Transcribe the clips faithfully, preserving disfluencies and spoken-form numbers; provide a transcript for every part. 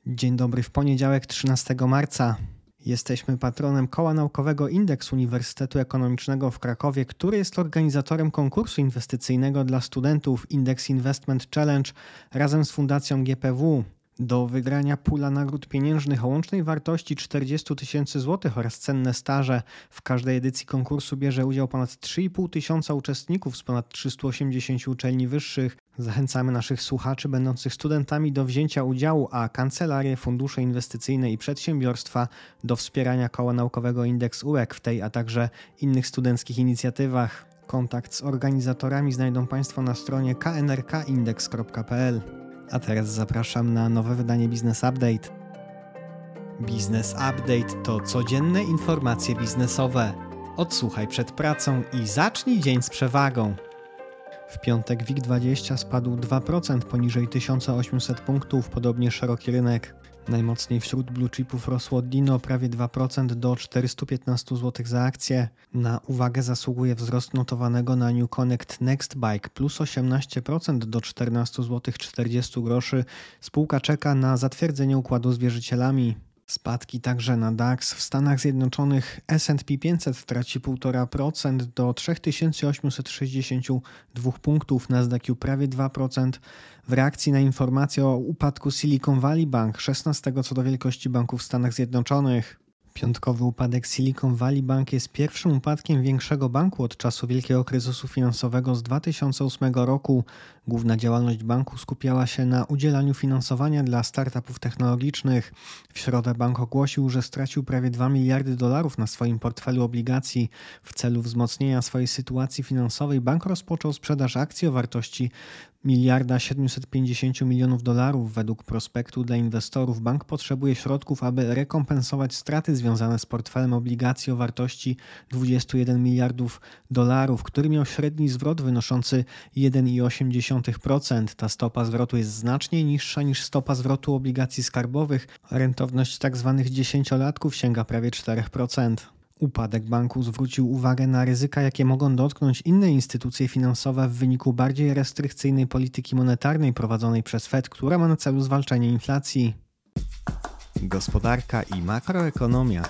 Dzień dobry, w poniedziałek trzynastego marca. Jesteśmy patronem Koła Naukowego Indeks Uniwersytetu Ekonomicznego w Krakowie, który jest organizatorem konkursu inwestycyjnego dla studentów Index Investment Challenge razem z Fundacją G P W. Do wygrania pula nagród pieniężnych o łącznej wartości czterdzieści tysięcy złotych oraz cenne staże. W każdej edycji konkursu bierze udział ponad trzy i pół tysiąca uczestników z ponad trzystu osiemdziesięciu uczelni wyższych. Zachęcamy naszych słuchaczy będących studentami do wzięcia udziału, a kancelarie, fundusze inwestycyjne i przedsiębiorstwa do wspierania Koła Naukowego Indeks U E K w tej, a także innych studenckich inicjatywach. Kontakt z organizatorami znajdą Państwo na stronie k n r k index kropka p l. A teraz zapraszam na nowe wydanie Business Update. Business Update to codzienne informacje biznesowe. Odsłuchaj przed pracą i zacznij dzień z przewagą. W piątek WIG dwadzieścia spadł dwa procent poniżej tysiąc osiemset punktów, podobnie szeroki rynek. Najmocniej wśród blue chipów rosło Dino prawie dwa procent do czterysta piętnaście złotych za akcję. Na uwagę zasługuje wzrost notowanego na New Connect Nextbike plus osiemnaście procent do czternaście złotych czterdzieści groszy. Spółka czeka na zatwierdzenie układu z wierzycielami. Spadki także na DAX. W Stanach Zjednoczonych S and P pięćset traci jeden przecinek pięć procent do trzy tysiące osiemset sześćdziesiąt dwa punktów, Nasdaq prawie dwa procent. W reakcji na informację o upadku Silicon Valley Bank, szesnastego co do wielkości banku w Stanach Zjednoczonych. Piątkowy upadek Silicon Valley Bank jest pierwszym upadkiem większego banku od czasu wielkiego kryzysu finansowego z dwa tysiące ósmego roku. Główna działalność banku skupiała się na udzielaniu finansowania dla startupów technologicznych. W środę bank ogłosił, że stracił prawie dwa miliardy dolarów na swoim portfelu obligacji. W celu wzmocnienia swojej sytuacji finansowej bank rozpoczął sprzedaż akcji o wartości miliarda siedemset pięćdziesiąt milionów dolarów. Według prospektu dla inwestorów bank potrzebuje środków, aby rekompensować straty związane z portfelem obligacji o wartości dwadzieścia jeden miliardów dolarów, który miał średni zwrot wynoszący jeden przecinek osiem procent. Ta stopa zwrotu jest znacznie niższa niż stopa zwrotu obligacji skarbowych. Rentowność tzw. dziesięciolatków sięga prawie cztery procent. Upadek banku zwrócił uwagę na ryzyka, jakie mogą dotknąć inne instytucje finansowe w wyniku bardziej restrykcyjnej polityki monetarnej prowadzonej przez Fed, która ma na celu zwalczanie inflacji. Gospodarka i makroekonomia.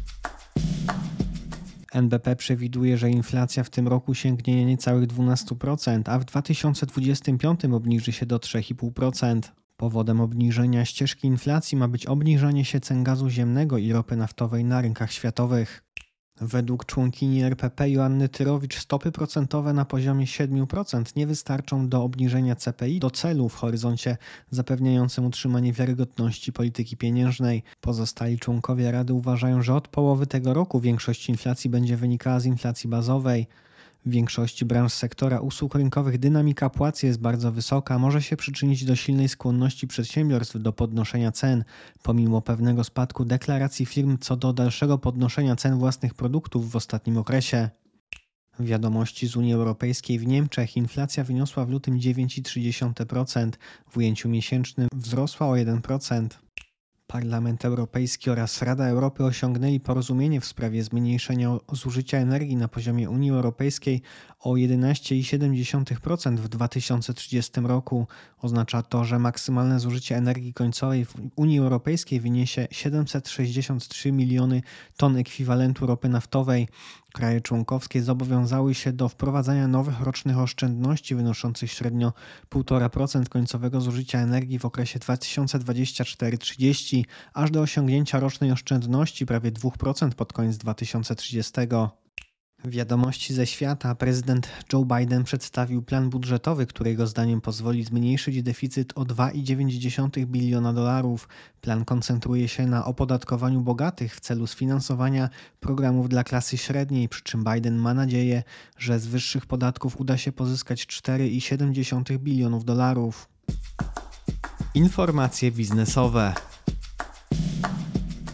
N B P przewiduje, że inflacja w tym roku sięgnie niecałych dwanaście procent, a w dwa tysiące dwudziestym piątym obniży się do trzy i pół procent. Powodem obniżenia ścieżki inflacji ma być obniżanie się cen gazu ziemnego i ropy naftowej na rynkach światowych. Według członkini R P P Joanny Tyrowicz stopy procentowe na poziomie siedem procent nie wystarczą do obniżenia C P I do celu w horyzoncie zapewniającym utrzymanie wiarygodności polityki pieniężnej. Pozostali członkowie Rady uważają, że od połowy tego roku większość inflacji będzie wynikała z inflacji bazowej. W większości branż sektora usług rynkowych dynamika płac jest bardzo wysoka, może się przyczynić do silnej skłonności przedsiębiorstw do podnoszenia cen, pomimo pewnego spadku deklaracji firm co do dalszego podnoszenia cen własnych produktów w ostatnim okresie. Wiadomości z Unii Europejskiej. W Niemczech inflacja wyniosła w lutym dziewięć przecinek trzy procent, w ujęciu miesięcznym wzrosła o jeden procent. Parlament Europejski oraz Rada Europy osiągnęli porozumienie w sprawie zmniejszenia zużycia energii na poziomie Unii Europejskiej o jedenaście przecinek siedem procent w dwa tysiące trzydziestym roku. Oznacza to, że maksymalne zużycie energii końcowej w Unii Europejskiej wyniesie siedemset sześćdziesiąt trzy miliony ton ekwiwalentu ropy naftowej. Kraje członkowskie zobowiązały się do wprowadzania nowych rocznych oszczędności wynoszących średnio półtora procent końcowego zużycia energii w okresie dwa tysiące dwudziestym czwartym do trzydziestego, aż do osiągnięcia rocznej oszczędności prawie dwa procent pod koniec dwa tysiące trzydziestego. Wiadomości ze świata. Prezydent Joe Biden przedstawił plan budżetowy, który jego zdaniem pozwoli zmniejszyć deficyt o dwa przecinek dziewięć biliona dolarów. Plan koncentruje się na opodatkowaniu bogatych w celu sfinansowania programów dla klasy średniej, przy czym Biden ma nadzieję, że z wyższych podatków uda się pozyskać cztery przecinek siedem bilionów dolarów. Informacje biznesowe.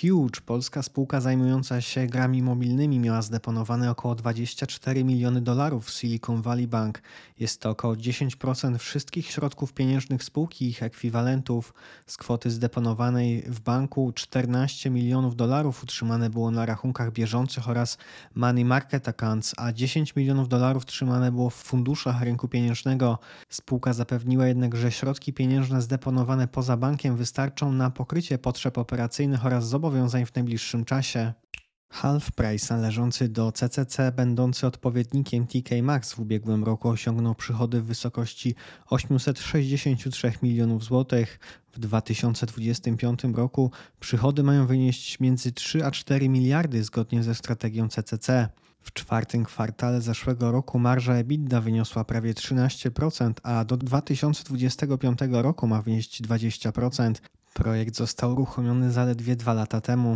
Huge, polska spółka zajmująca się grami mobilnymi, miała zdeponowane około dwadzieścia cztery miliony dolarów w Silicon Valley Bank. Jest to około dziesięć procent wszystkich środków pieniężnych spółki i ich ekwiwalentów. Z kwoty zdeponowanej w banku czternaście milionów dolarów utrzymane było na rachunkach bieżących oraz money market accounts, a dziesięć milionów dolarów trzymane było w funduszach rynku pieniężnego. Spółka zapewniła jednak, że środki pieniężne zdeponowane poza bankiem wystarczą na pokrycie potrzeb operacyjnych oraz zobowiązań w najbliższym czasie. Half Price, należący do C C C, będący odpowiednikiem T K Maxx, w ubiegłym roku osiągnął przychody w wysokości osiemset sześćdziesiąt trzy milionów złotych. W dwa tysiące dwudziestym piątym roku przychody mają wynieść między trzy a cztery miliardy zgodnie ze strategią C C C. W czwartym kwartale zeszłego roku marża EBITDA wyniosła prawie trzynaście procent, a do dwa tysiące dwudziestego piątego roku ma wynieść dwadzieścia procent. Projekt został uruchomiony zaledwie dwa lata temu.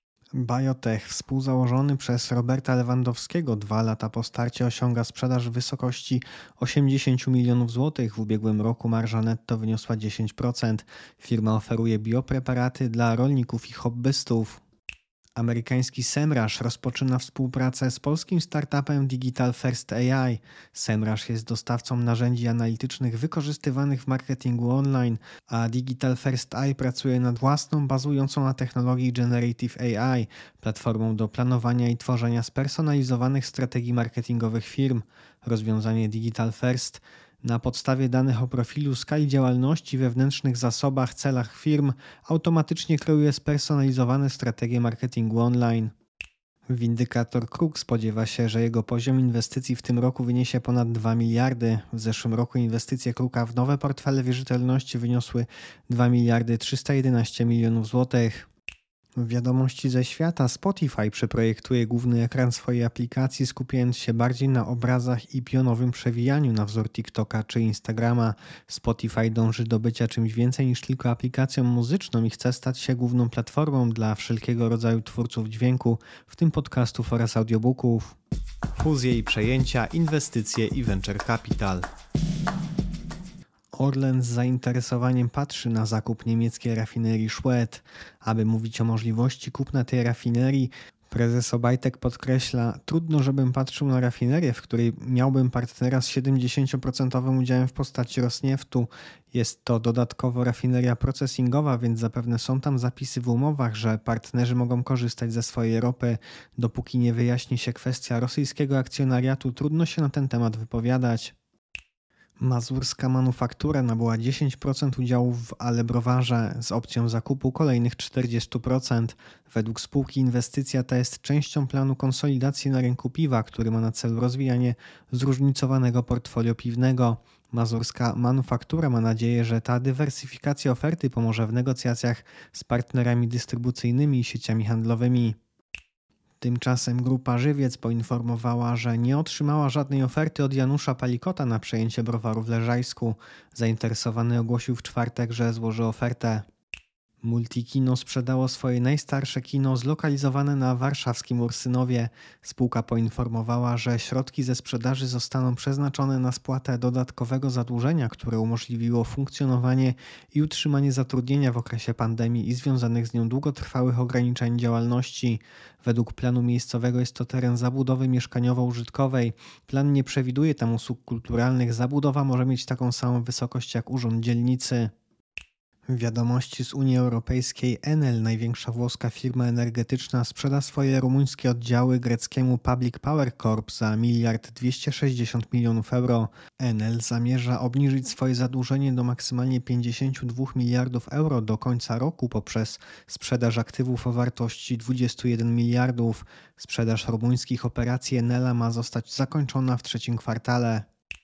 Biotech, współzałożony przez Roberta Lewandowskiego dwa lata po starcie, osiąga sprzedaż w wysokości osiemdziesiąt milionów złotych. W ubiegłym roku marża netto wyniosła dziesięć procent. Firma oferuje biopreparaty dla rolników i hobbystów. Amerykański Semrush rozpoczyna współpracę z polskim startupem Digital First A I. Semrush jest dostawcą narzędzi analitycznych wykorzystywanych w marketingu online, a Digital First A I pracuje nad własną, bazującą na technologii Generative A I, platformą do planowania i tworzenia spersonalizowanych strategii marketingowych firm. Rozwiązanie Digital First na podstawie danych o profilu, skali działalności, wewnętrznych zasobach, celach firm automatycznie kreuje spersonalizowane strategie marketingu online. Windykator Kruk spodziewa się, że jego poziom inwestycji w tym roku wyniesie ponad dwa miliardy. W zeszłym roku inwestycje Kruka w nowe portfele wierzytelności wyniosły dwa miliardy trzysta jedenaście milionów złotych. W wiadomości ze świata Spotify przeprojektuje główny ekran swojej aplikacji, skupiając się bardziej na obrazach i pionowym przewijaniu na wzór TikToka czy Instagrama. Spotify dąży do bycia czymś więcej niż tylko aplikacją muzyczną i chce stać się główną platformą dla wszelkiego rodzaju twórców dźwięku, w tym podcastów oraz audiobooków. Fuzje i przejęcia, inwestycje i venture capital. Orlen z zainteresowaniem patrzy na zakup niemieckiej rafinerii Schwedt. Aby mówić o możliwości kupna tej rafinerii, prezes Obajtek podkreśla: trudno, żebym patrzył na rafinerię, w której miałbym partnera z siedemdziesięcioprocentowym udziałem w postaci Rosnieftu. Jest to dodatkowo rafineria procesingowa, więc zapewne są tam zapisy w umowach, że partnerzy mogą korzystać ze swojej ropy. Dopóki nie wyjaśni się kwestia rosyjskiego akcjonariatu, trudno się na ten temat wypowiadać. Mazurska Manufaktura nabyła dziesięć procent udziałów w Ale Browarze z opcją zakupu kolejnych czterdzieści procent. Według spółki inwestycja ta jest częścią planu konsolidacji na rynku piwa, który ma na celu rozwijanie zróżnicowanego portfolio piwnego. Mazurska Manufaktura ma nadzieję, że ta dywersyfikacja oferty pomoże w negocjacjach z partnerami dystrybucyjnymi i sieciami handlowymi. Tymczasem Grupa Żywiec poinformowała, że nie otrzymała żadnej oferty od Janusza Palikota na przejęcie browaru w Leżajsku. Zainteresowany ogłosił w czwartek, że złoży ofertę. Multikino sprzedało swoje najstarsze kino zlokalizowane na warszawskim Ursynowie. Spółka poinformowała, że środki ze sprzedaży zostaną przeznaczone na spłatę dodatkowego zadłużenia, które umożliwiło funkcjonowanie i utrzymanie zatrudnienia w okresie pandemii i związanych z nią długotrwałych ograniczeń działalności. Według planu miejscowego jest to teren zabudowy mieszkaniowo-użytkowej. Plan nie przewiduje tam usług kulturalnych. Zabudowa może mieć taką samą wysokość jak urząd dzielnicy. Wiadomości z Unii Europejskiej. Enel, największa włoska firma energetyczna, sprzeda swoje rumuńskie oddziały greckiemu Public Power Corp za miliard dwieście sześćdziesiąt milionów euro. Enel zamierza obniżyć swoje zadłużenie do maksymalnie pięćdziesiąt dwa miliardów euro do końca roku poprzez sprzedaż aktywów o wartości dwadzieścia jeden miliardów. Sprzedaż rumuńskich operacji Enela ma zostać zakończona w trzecim kwartale.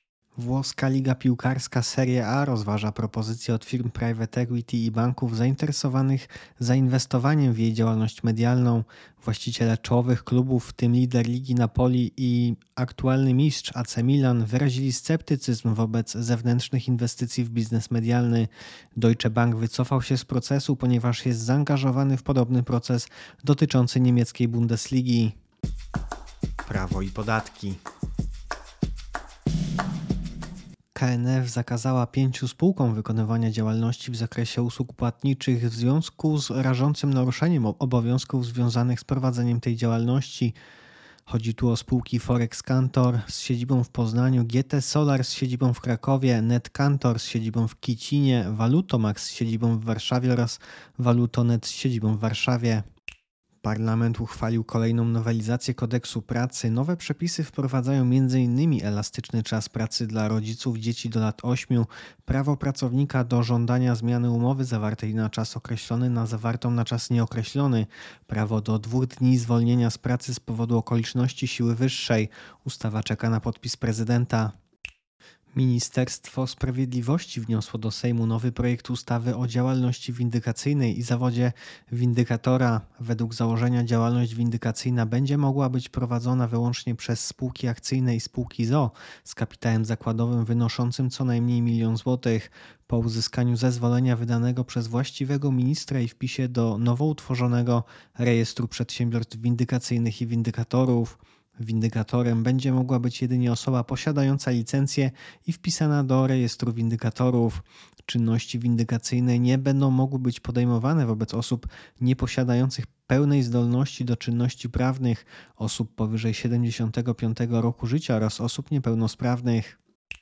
Włoska Liga Piłkarska Serie A rozważa propozycje od firm private equity i banków zainteresowanych zainwestowaniem w jej działalność medialną. Właściciele czołowych klubów, w tym lider Ligi Napoli i aktualny mistrz A C Milan, wyrazili sceptycyzm wobec zewnętrznych inwestycji w biznes medialny. Deutsche Bank wycofał się z procesu, ponieważ jest zaangażowany w podobny proces dotyczący niemieckiej Bundesligi. Prawo i podatki. K N F zakazała pięciu spółkom wykonywania działalności w zakresie usług płatniczych w związku z rażącym naruszeniem obowiązków związanych z prowadzeniem tej działalności. Chodzi tu o spółki Forex Kantor z siedzibą w Poznaniu, G T Solar z siedzibą w Krakowie, Net Kantor z siedzibą w Kicinie, Valutomax z siedzibą w Warszawie oraz Valutonet z siedzibą w Warszawie. Parlament uchwalił kolejną nowelizację kodeksu pracy. Nowe przepisy wprowadzają między innymi elastyczny czas pracy dla rodziców dzieci do lat ośmiu, prawo pracownika do żądania zmiany umowy zawartej na czas określony na zawartą na czas nieokreślony, prawo do dwóch dni zwolnienia z pracy z powodu okoliczności siły wyższej. Ustawa czeka na podpis prezydenta. Ministerstwo Sprawiedliwości wniosło do Sejmu nowy projekt ustawy o działalności windykacyjnej i zawodzie windykatora. Według założenia działalność windykacyjna będzie mogła być prowadzona wyłącznie przez spółki akcyjne i spółki z o o z kapitałem zakładowym wynoszącym co najmniej milion złotych. Po uzyskaniu zezwolenia wydanego przez właściwego ministra i wpisie do nowo utworzonego rejestru przedsiębiorstw windykacyjnych i windykatorów. Windykatorem będzie mogła być jedynie osoba posiadająca licencję i wpisana do rejestru windykatorów. Czynności windykacyjne nie będą mogły być podejmowane wobec osób nieposiadających pełnej zdolności do czynności prawnych, osób powyżej siedemdziesiątego piątego roku życia oraz osób niepełnosprawnych.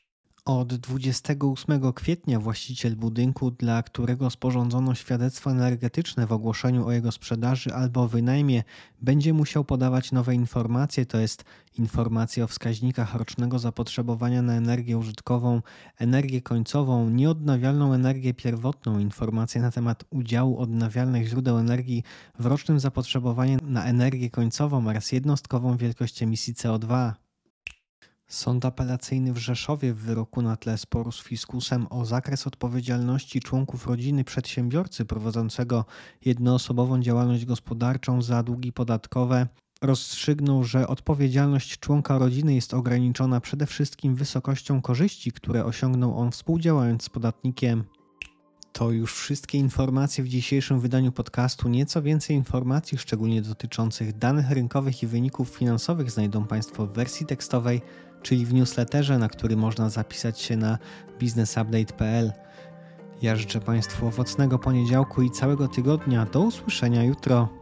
Od dwudziestego ósmego kwietnia właściciel budynku, dla którego sporządzono świadectwo energetyczne w ogłoszeniu o jego sprzedaży albo wynajmie, będzie musiał podawać nowe informacje, to jest informacje o wskaźnikach rocznego zapotrzebowania na energię użytkową, energię końcową, nieodnawialną energię pierwotną, informacje na temat udziału odnawialnych źródeł energii w rocznym zapotrzebowaniu na energię końcową oraz jednostkową wielkość emisji C O dwa. Sąd apelacyjny w Rzeszowie w wyroku na tle sporu z fiskusem o zakres odpowiedzialności członków rodziny przedsiębiorcy prowadzącego jednoosobową działalność gospodarczą za długi podatkowe rozstrzygnął, że odpowiedzialność członka rodziny jest ograniczona przede wszystkim wysokością korzyści, które osiągnął on współdziałając z podatnikiem. To już wszystkie informacje w dzisiejszym wydaniu podcastu. Nieco więcej informacji, szczególnie dotyczących danych rynkowych i wyników finansowych, znajdą Państwo w wersji tekstowej, czyli w newsletterze, na który można zapisać się na biznesupdate kropka p l. Ja życzę Państwu owocnego poniedziałku i całego tygodnia. Do usłyszenia jutro.